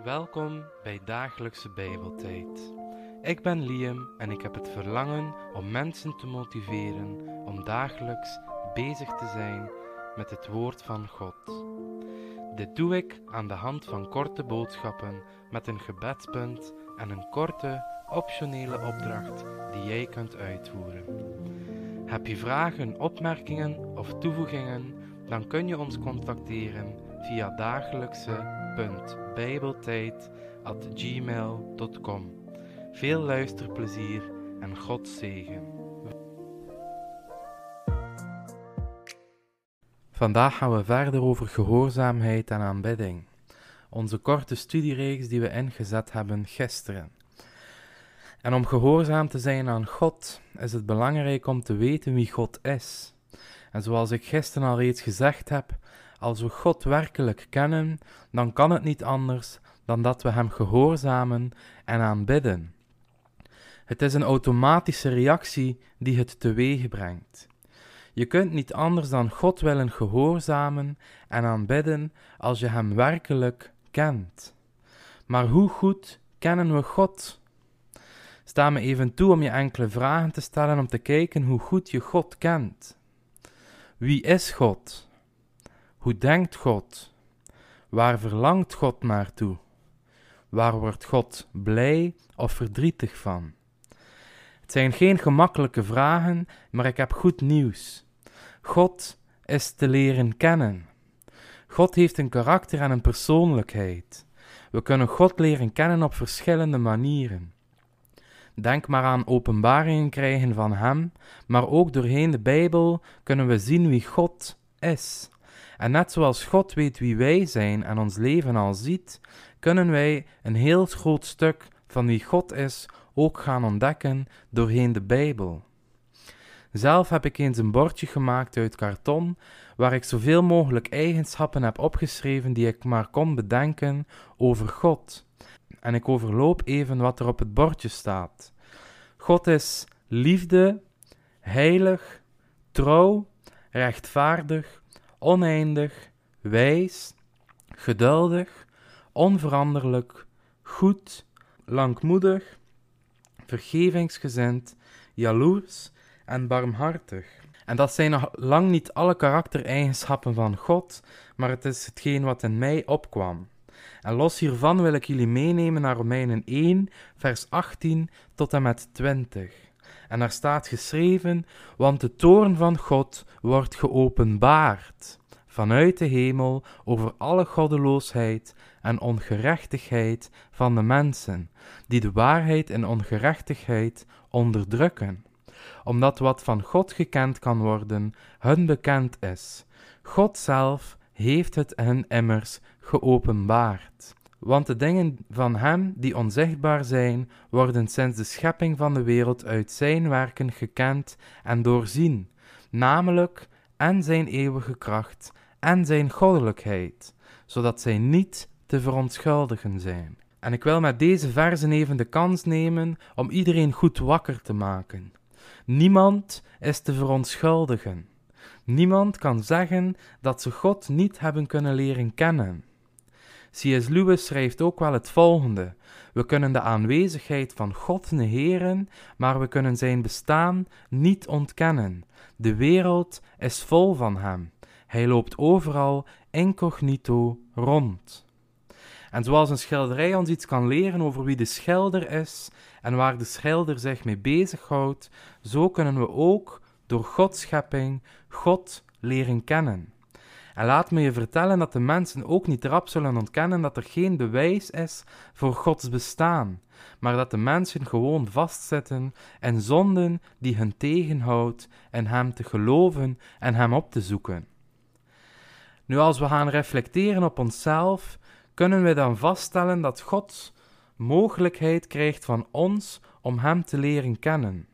Welkom bij Dagelijkse Bijbeltijd. Ik ben Liam en ik heb het verlangen om mensen te motiveren om dagelijks bezig te zijn met het woord van God. Dit doe ik aan de hand van korte boodschappen met een gebedspunt en een korte, optionele opdracht die jij kunt uitvoeren. Heb je vragen, opmerkingen of toevoegingen, dan kun je ons contacteren via dagelijkse.bijbeltijd@gmail.com. Veel luisterplezier en God zegen. Vandaag gaan we verder over gehoorzaamheid en aanbidding. Onze korte studiereeks die we ingezet hebben gisteren. En om gehoorzaam te zijn aan God is het belangrijk om te weten wie God is. En zoals ik gisteren al reeds gezegd heb, als we God werkelijk kennen, dan kan het niet anders dan dat we Hem gehoorzamen en aanbidden. Het is een automatische reactie die het teweeg brengt. Je kunt niet anders dan God willen gehoorzamen en aanbidden als je Hem werkelijk kent. Maar hoe goed kennen we God? Sta me even toe om je enkele vragen te stellen om te kijken hoe goed je God kent. Wie is God? Hoe denkt God? Waar verlangt God naar toe? Waar wordt God blij of verdrietig van? Het zijn geen gemakkelijke vragen, maar ik heb goed nieuws. God is te leren kennen. God heeft een karakter en een persoonlijkheid. We kunnen God leren kennen op verschillende manieren. Denk maar aan openbaringen krijgen van Hem, maar ook doorheen de Bijbel kunnen we zien wie God is. En net zoals God weet wie wij zijn en ons leven al ziet, kunnen wij een heel groot stuk van wie God is ook gaan ontdekken doorheen de Bijbel. Zelf heb ik eens een bordje gemaakt uit karton, waar ik zoveel mogelijk eigenschappen heb opgeschreven die ik maar kon bedenken over God. En ik overloop even wat er op het bordje staat. God is liefde, heilig, trouw, rechtvaardig, oneindig, wijs, geduldig, onveranderlijk, goed, langmoedig, vergevingsgezind, jaloers en barmhartig. En dat zijn nog lang niet alle karaktereigenschappen van God, maar het is hetgeen wat in mij opkwam. En los hiervan wil ik jullie meenemen naar Romeinen 1, vers 18 tot en met 20. En daar staat geschreven, want de toorn van God wordt geopenbaard vanuit de hemel over alle goddeloosheid en ongerechtigheid van de mensen, die de waarheid en ongerechtigheid onderdrukken. Omdat wat van God gekend kan worden, hun bekend is. God zelf heeft het hen immers geopenbaard. Want de dingen van Hem die onzichtbaar zijn, worden sinds de schepping van de wereld uit Zijn werken gekend en doorzien, namelijk en Zijn eeuwige kracht en Zijn goddelijkheid, zodat zij niet te verontschuldigen zijn. En ik wil met deze verzen even de kans nemen om iedereen goed wakker te maken. Niemand is te verontschuldigen. Niemand kan zeggen dat ze God niet hebben kunnen leren kennen. C.S. Lewis schrijft ook wel het volgende: we kunnen de aanwezigheid van God negeren, maar we kunnen zijn bestaan niet ontkennen. De wereld is vol van Hem. Hij loopt overal incognito rond. En zoals een schilderij ons iets kan leren over wie de schilder is en waar de schilder zich mee bezighoudt, zo kunnen we ook door Gods schepping God leren kennen. En laat me je vertellen dat de mensen ook niet rap zullen ontkennen dat er geen bewijs is voor Gods bestaan, maar dat de mensen gewoon vastzitten in zonden die hen tegenhoudt in Hem te geloven en Hem op te zoeken. Nu, als we gaan reflecteren op onszelf, kunnen we dan vaststellen dat God mogelijkheid krijgt van ons om Hem te leren kennen.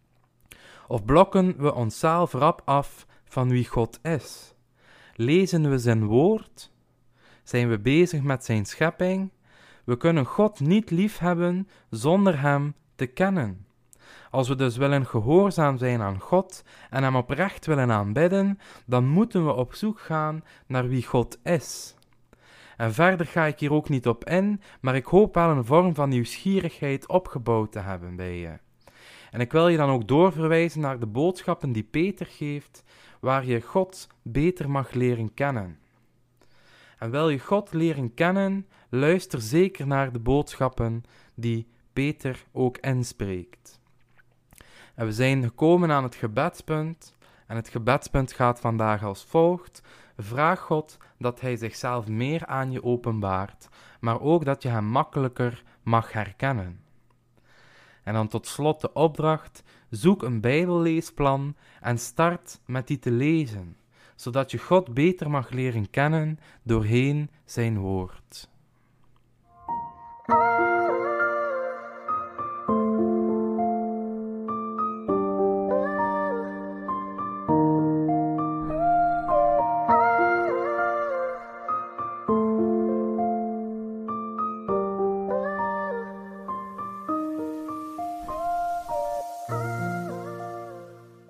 Of blokken we onszelf rap af van wie God is? Lezen we zijn woord? Zijn we bezig met zijn schepping? We kunnen God niet liefhebben zonder Hem te kennen. Als we dus willen gehoorzaam zijn aan God en Hem oprecht willen aanbidden, dan moeten we op zoek gaan naar wie God is. En verder ga ik hier ook niet op in, maar ik hoop wel een vorm van nieuwsgierigheid opgebouwd te hebben bij je. En ik wil je dan ook doorverwijzen naar de boodschappen die Peter geeft, waar je God beter mag leren kennen. En wil je God leren kennen, luister zeker naar de boodschappen die Peter ook inspreekt. En we zijn gekomen aan het gebedspunt. En het gebedspunt gaat vandaag als volgt. Vraag God dat Hij zichzelf meer aan je openbaart, maar ook dat je Hem makkelijker mag herkennen. En dan tot slot de opdracht, zoek een Bijbelleesplan en start met die te lezen, zodat je God beter mag leren kennen doorheen zijn woord.